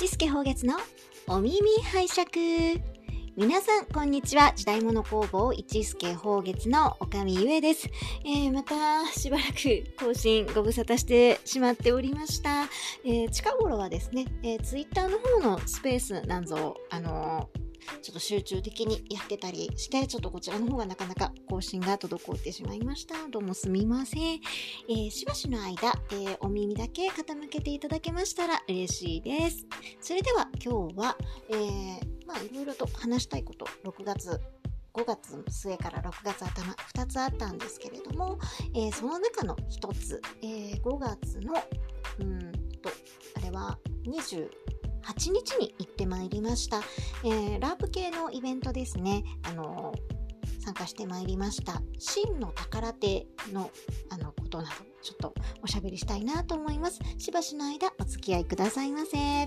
一助宝月のお耳拝借。皆さんこんにちは。時代物工房一助宝月のおかみゆえです。またしばらく更新ご無沙汰してしまっておりました。近頃はですね、ツイッターの方のスペースなんぞちょっと集中的にやってたりして、ちょっとこちらの方がなかなか更新が滞ってしまいました。どうもすみません。しばしの間、お耳だけ傾けていただけましたら嬉しいです。それでは今日は、いろいろと話したいこと、5月末から6月頭2つあったんですけれども、その中の1つ、5月のあれは28日に行ってまいりました。ラープ系のイベントですね。参加してまいりました。真の宝手のことなどちょっとおしゃべりしたいなと思います。しばしの間お付き合いくださいませ。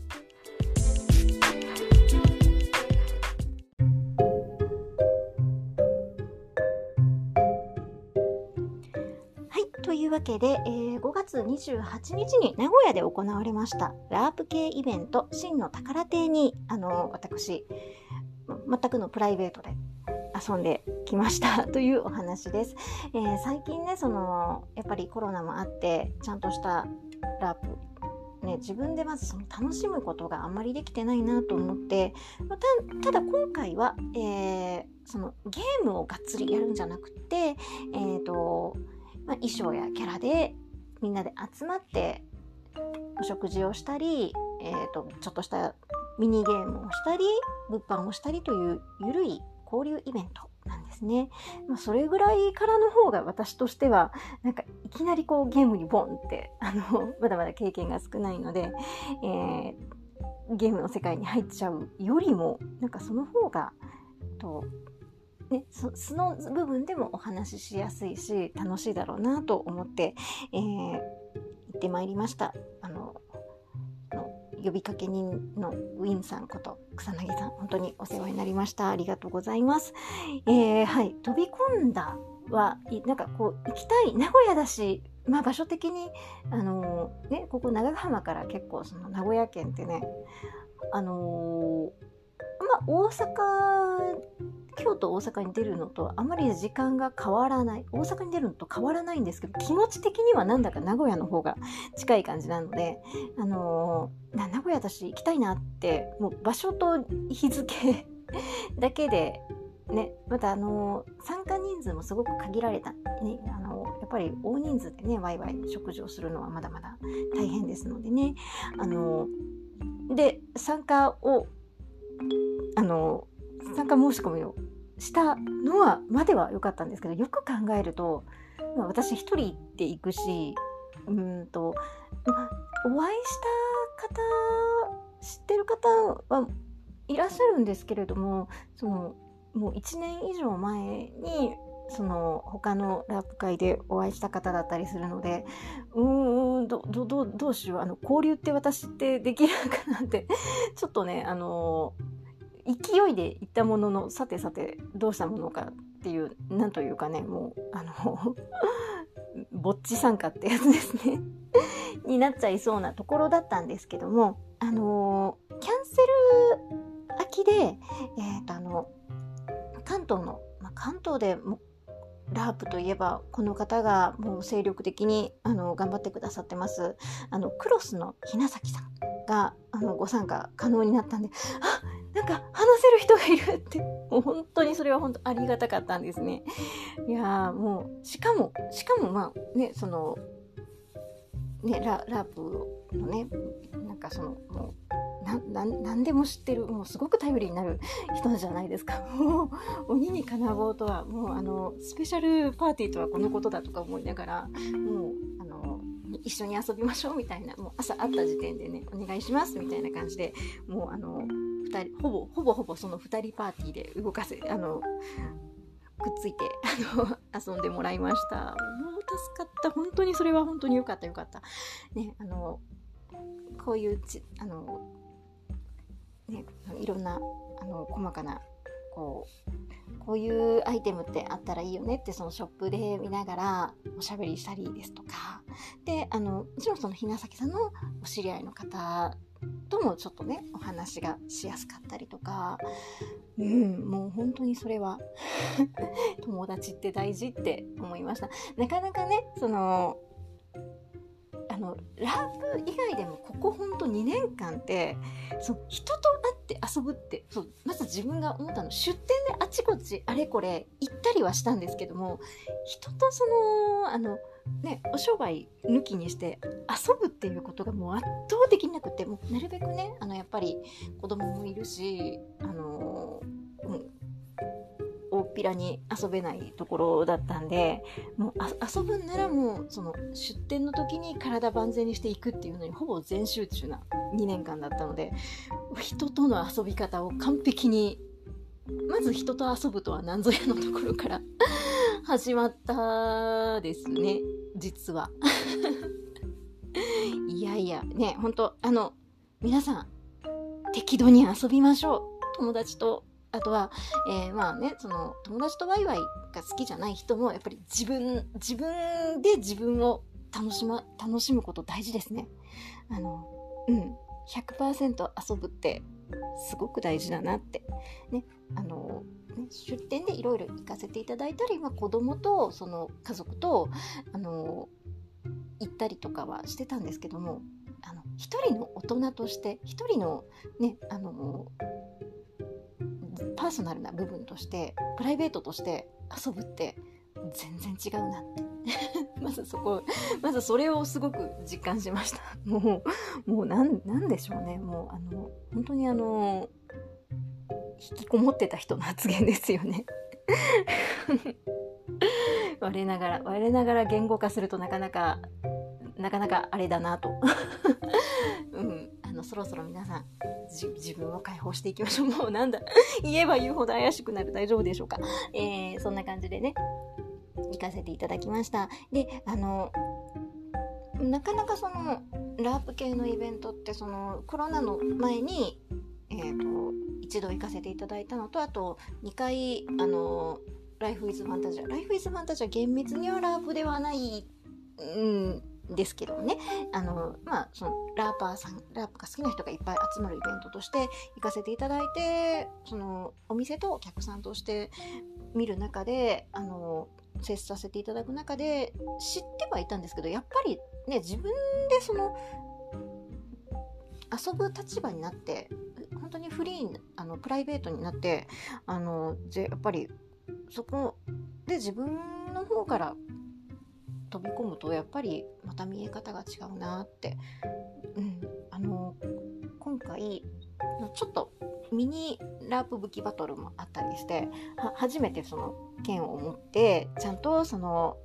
というわけで、5月28日に名古屋で行われましたラープ系イベント真の宝亭に私全くのプライベートで遊んできましたというお話です。最近ねやっぱりコロナもあってちゃんとしたラープ自分でまず楽しむことがあんまりできてないなと思って、ただ今回は、ゲームをがっつりやるんじゃなくて、衣装やキャラでみんなで集まってお食事をしたり、ちょっとしたミニゲームをしたり物販をしたりというゆるい交流イベントなんですね。それぐらいからの方が私としてはいきなりゲームにボンってまだまだ経験が少ないので、ゲームの世界に入っちゃうよりもその方が素の部分でもお話ししやすいし楽しいだろうなと思って、行ってまいりました。呼びかけ人のウィンさんこと草薙さん、本当にお世話になりました。ありがとうございます。飛び込んだは行きたい名古屋だし、場所的にここ長浜から結構名古屋県ってね京都大阪に出るのとあまり時間が変わらない、大阪に出るのと変わらないんですけど、気持ち的にはなんだか名古屋の方が近い感じなので、名古屋だし行きたいなって、もう場所と日付だけでね、また参加人数もすごく限られた、やっぱり大人数でねワイワイ食事をするのはまだまだ大変ですのでね、で参加申し込みをしたのはまでは良かったんですけど、よく考えると、私一人で行くし、お会いした方、知ってる方はいらっしゃるんですけれども、もう1年以上前に他のラップ会でお会いした方だったりするので、どうしよう、交流って私ってできるのかなってちょっとね勢いで行ったものの、さてどうしたものかっていう、なんというかね、もうぼっち参加ってやつですねになっちゃいそうなところだったんですけども、キャンセル空きで、関東でもラープといえばこの方がもう精力的に頑張ってくださってます、クロスのひなさきさんがご参加可能になったんで、話せる人がいるって、もう本当にそれは本当ありがたかったんですね。いやもうしかもラープのねもう何でも知ってる、もうすごく頼りになる人じゃないですか。もう鬼に金棒とは、もうスペシャルパーティーとはこのことだとか思いながら、もう一緒に遊びましょうみたいな、もう朝会った時点でねお願いしますみたいな感じで、もう2人ほぼその2人パーティーで動かせくっついて遊んでもらいました。もう助かった。本当にそれは本当によかったね。こういういろんな細かなこういうアイテムってあったらいいよねって、そのショップで見ながらおしゃべりしたりですとかで、もちろんそのひなさきさんのお知り合いの方ともちょっとねお話がしやすかったりとか、もう本当にそれは友達って大事って思いました。なかなかねラープ以外でもここほんと2年間って人と会って遊ぶってまず自分が思ったの、出店であちこちあれこれ行ったりはしたんですけども、人とお商売抜きにして遊ぶっていうことがもう圧倒的になくて、もうなるべくねやっぱり子供もいるし大っぴらに遊べないところだったんで、もう遊ぶんならもう出店の時に体万全にしていくっていうのにほぼ全集中な2年間だったので、人との遊び方を完璧に、まず人と遊ぶとは何ぞやのところから始まったですね、実は。いやいやね、本当皆さん適度に遊びましょう、友達と。あとは、友達とワイワイが好きじゃない人もやっぱり自分で自分を楽しむこと大事ですね。100% 遊ぶってすごく大事だなってね。出店でいろいろ行かせていただいたり、子供と家族と行ったりとかはしてたんですけども、一人の大人として一人のねパーソナルな部分としてプライベートとして遊ぶって全然違うなってまずそれをすごく実感しました。もうなんでしょうね、もう本当に引きこもってた人の発言ですよね。我ながら言語化するとなかなかあれだなと。そろそろ皆さん自分を解放していきましょう。もうなんだ言えば言うほど怪しくなる。大丈夫でしょうか。そんな感じでね行かせていただきました。でなかなかラープ系のイベントってコロナの前に一度行かせていただいたのと、あと2回ライフイズファンタジア厳密にはラープではないですけどもね、ラープが好きな人がいっぱい集まるイベントとして行かせていただいて、お店とお客さんとして見る中で接させていただく中で知ってはいたんですけど、やっぱりね自分で遊ぶ立場になって本当にフリープライベートになってやっぱりそこで自分の方から飛び込むとやっぱりまた見え方が違うなって、今回ちょっとミニラープ武器バトルもあったりして初めて剣を持ってちゃんとその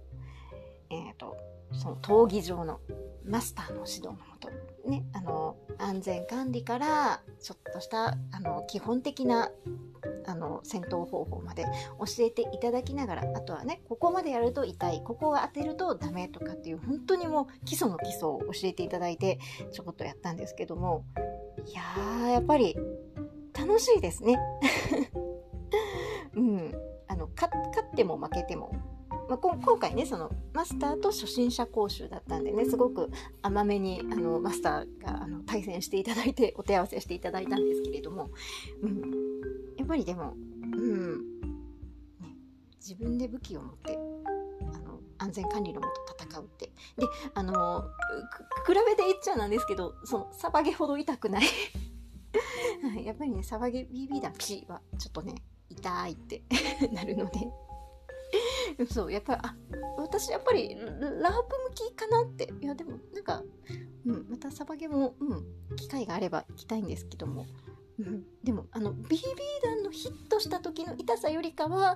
闘技場のマスターの指導のもとね、安全管理からちょっとした基本的な戦闘方法まで教えていただきながら、あとはねここまでやると痛い、ここが当てるとダメとかっていう本当にもう基礎の基礎を教えていただいてちょこっとやったんですけども、いやーやっぱり楽しいですね。勝っても負けても、今回ねマスターと初心者講習だったんでね、すごく甘めにマスターが対戦していただいてお手合わせしていただいたんですけれども、やっぱりでも、自分で武器を持って安全管理のもと戦うってで比べて言っちゃなんですけどサバゲほど痛くない。やっぱりねサバゲ BB 弾ピシはちょっとね痛いってなるので。やっぱり私やっぱりラープ向きかなって。いやでもなんか、またサバゲも、機会があれば行きたいんですけども、でもBB 弾のヒットした時の痛さよりかは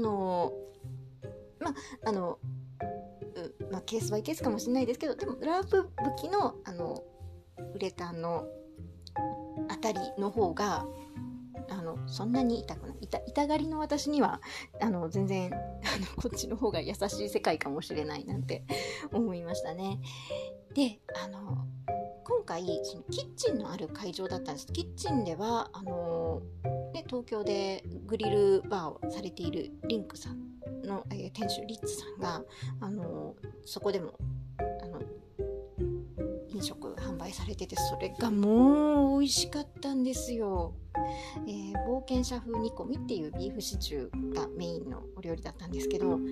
ケースバイケースかもしれないですけど、でもラープ武器のウレタンのあたりの方がそんなに痛くない。痛がりの私には全然こっちの方が優しい世界かもしれないなんて思いましたね。で今回キッチンのある会場だったんです。キッチンでは東京でグリルバーをされているリンクさんの、店主リッツさんがそこでも 2食販売されてて、それがもう美味しかったんですよ。冒険者風煮込みっていうビーフシチューがメインのお料理だったんですけど、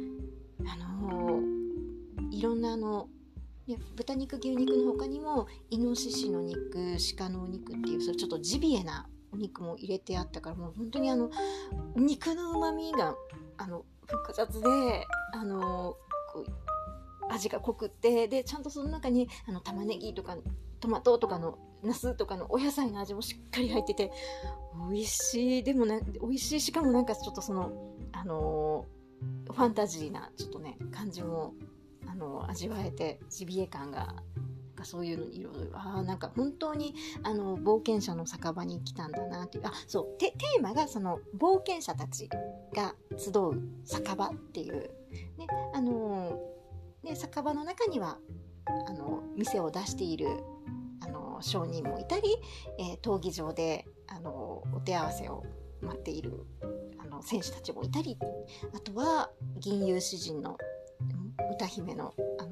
いろんな豚肉牛肉の他にもイノシシの肉、鹿のお肉っていう、それちょっとジビエなお肉も入れてあったから、もう本当に肉の旨味が複雑でこう味が濃くって、でちゃんとその中に玉ねぎとかトマトとかのナスとかのお野菜の味もしっかり入ってて美味しい。でもね、美味しい、しかもなんかちょっとそのファンタジーなちょっとね感じも味わえて、ジビエ感がそういうのにいろいろ、なんか本当に冒険者の酒場に来たんだなっていう。そうテーマがその冒険者たちが集う酒場っていうね、で酒場の中には店を出している商人もいたり、闘技場でお手合わせを待っている選手たちもいたり、あとは銀融詩人の歌姫の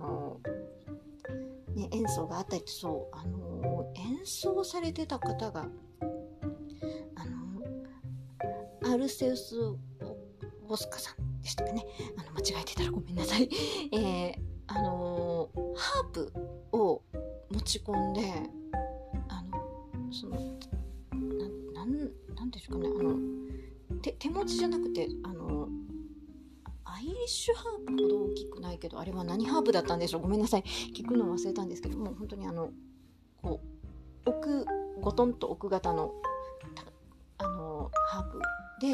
演奏があったり、演奏されてた方がアルセウス・ボスカさんでしたかね。間違えてたらごめんなさい。ハープを持ち込んでなんでしょうかね、手持ちじゃなくてアイリッシュハープほど大きくないけど、あれは何ハープだったんでしょう、ごめんなさい、聞くの忘れたんですけども、本当にこうゴトンと奥型のハープで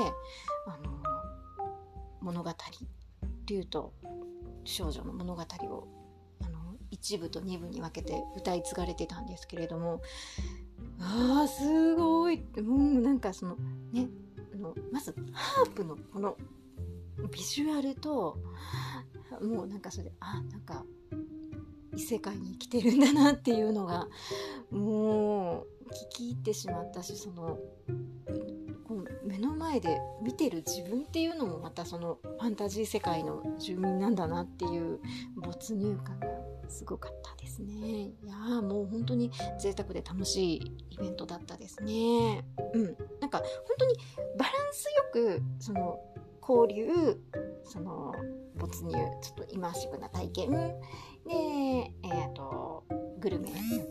物語、竜と少女の物語を1部と2部に分けて歌い継がれてたんですけれども、すごい、なんかそのね、まずハープのこのビジュアルと、もうなんかそれでなんか異世界に生きてるんだなっていうのがもう聞き入ってしまったし、この目の前で見てる自分っていうのもまたそのファンタジー世界の住民なんだなっていう没入感がすごかったですね。いやもう本当に贅沢で楽しいイベントだったですね。なんか本当にバランスよくその交流、その没入、ちょっとイマーシブな体験で、グルメ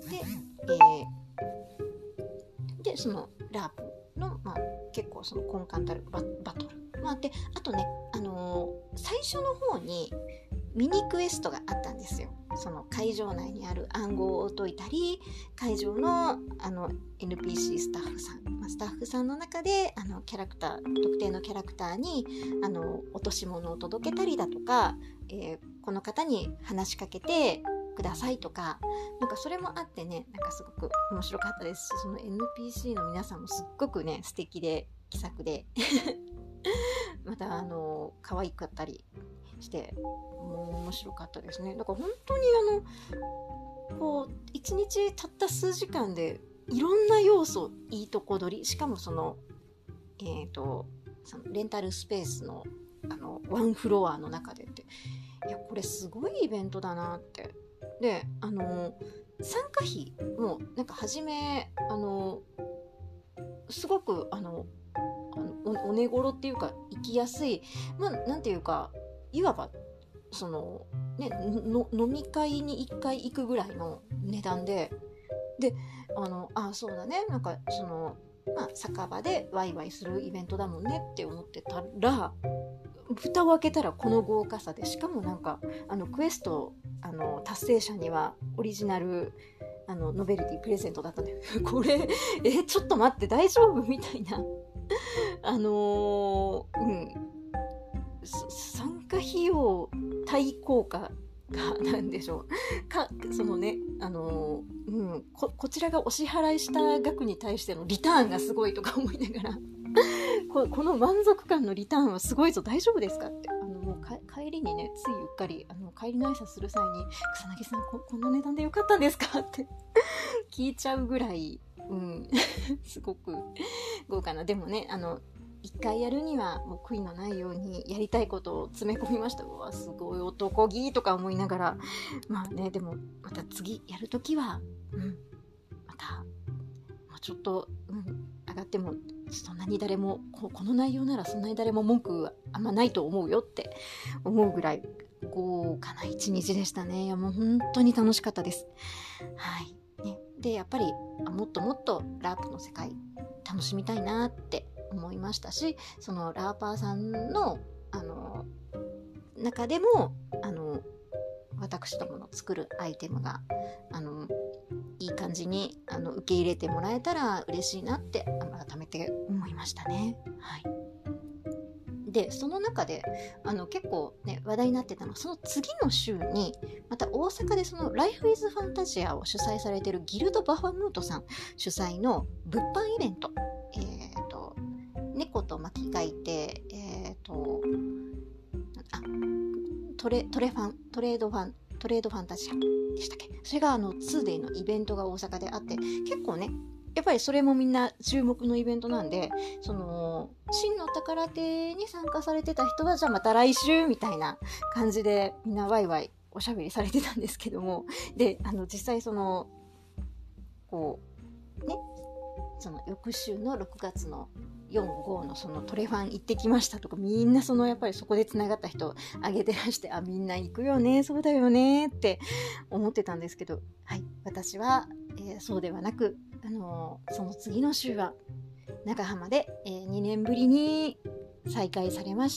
でそのラープの、結構その根幹たるバトルもあって、あとね、最初の方にミニクエストがあったんですよ。その会場内にある暗号を解いたり、会場のNPC スタッフさんの中でキャラクター、特定のキャラクターに落とし物を届けたりだとか、この方に話しかけてくださいとか、なんかそれもあってね、なんかすごく面白かったですし、その NPC の皆さんもすっごくね素敵で気さくでまた可愛かったりしてもう面白かったですね。だから本当にこう一日たった数時間でいろんな要素いいとこ取り、しかもそのレンタルスペースのワンフロアの中でって、いやこれすごいイベントだなって。で参加費もなんか初めすごくお値頃っていうか行きやすい、なんていうか、いわばそのね飲み会に1回行くぐらいの値段で、そうだね、なんかその酒場でワイワイするイベントだもんねって思ってたら、蓋を開けたらこの豪華さで、しかもなんかクエスト達成者にはオリジナルノベルティプレゼントだったんでこれちょっと待って大丈夫みたいな参加費用対効果がなんでしょうか、そのねこちらがお支払いした額に対してのリターンがすごいとか思いながらこの満足感のリターンはすごいぞ、大丈夫ですかってもう帰りにね、ついうっかり帰りの挨拶する際に、草薙さん こんな値段でよかったんですかって聞いちゃうぐらい、すごく豪華な。でもね一回やるにはもう悔いのないようにやりたいことを詰め込みました。うわ、すごい男気とか思いながら、まあね、でもまた次やるときは、またもうちょっと、上がってもそんなに誰もこの内容ならそんなに誰も文句はあんまないと思うよって思うぐらい豪華な一日でしたね。いや、もう本当に楽しかったです。はいね、でやっぱりもっともっとラープの世界楽しみたいなって思いましたし、そのラーパーさんの中でも私どもの作るアイテムがいい感じに受け入れてもらえたら嬉しいなって改めて思いましたね。はい。でその中で結構ね話題になってたのは、その次の週にまた大阪でそのライフイズファンタジアを主催されているギルド・バファムートさん主催の物販イベント、猫と巻き書いてトレードファンタジアでしたっけ。それが2day のイベントが大阪であって、結構ねやっぱりそれもみんな注目のイベントなんで、その真の宝亭に参加されてた人はじゃあまた来週みたいな感じでみんなワイワイおしゃべりされてたんですけども、で実際そのこうね、その翌週の6月の4、5のそのトレファン行ってきましたとか、みんなやっぱりそこでつながった人あげてらして、みんな行くよね、そうだよねって思ってたんですけど、はい、私は、そうではなく、その次の週は長浜で、2年ぶりに再開されました。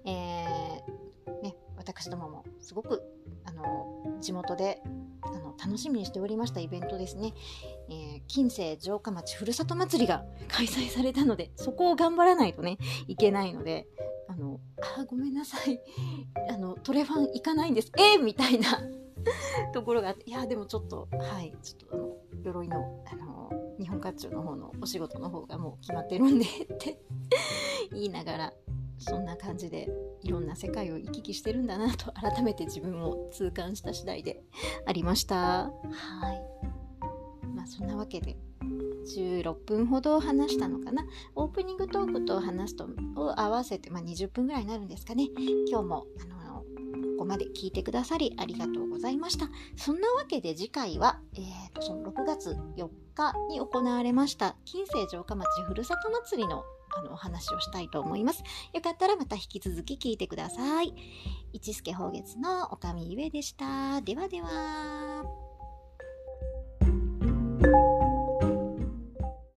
私どももすごく地元で楽しみにしておりましたイベントですね。近世城下町ふるさと祭りが開催されたので、そこを頑張らないとねいけないので、ごめんなさい、トレファン行かないんですみたいなところがあって、いやでもちょっと鎧の日本甲冑の方のお仕事の方がもう決まってるんでって言いながら、そんな感じでいろんな世界を行き来してるんだなと改めて自分も痛感した次第でありました。はい。まあそんなわけで16分ほど話したのかな。オープニングトークと話すとを合わせて、20分ぐらいになるんですかね。今日もここまで聞いてくださりありがとうございました。そんなわけで次回は、その6月4日に行われました近世城下町ふるさと祭りのお話をしたいと思います。よかったらまた引き続き聞いてください。一助宝月のおかみゆえでした。ではでは。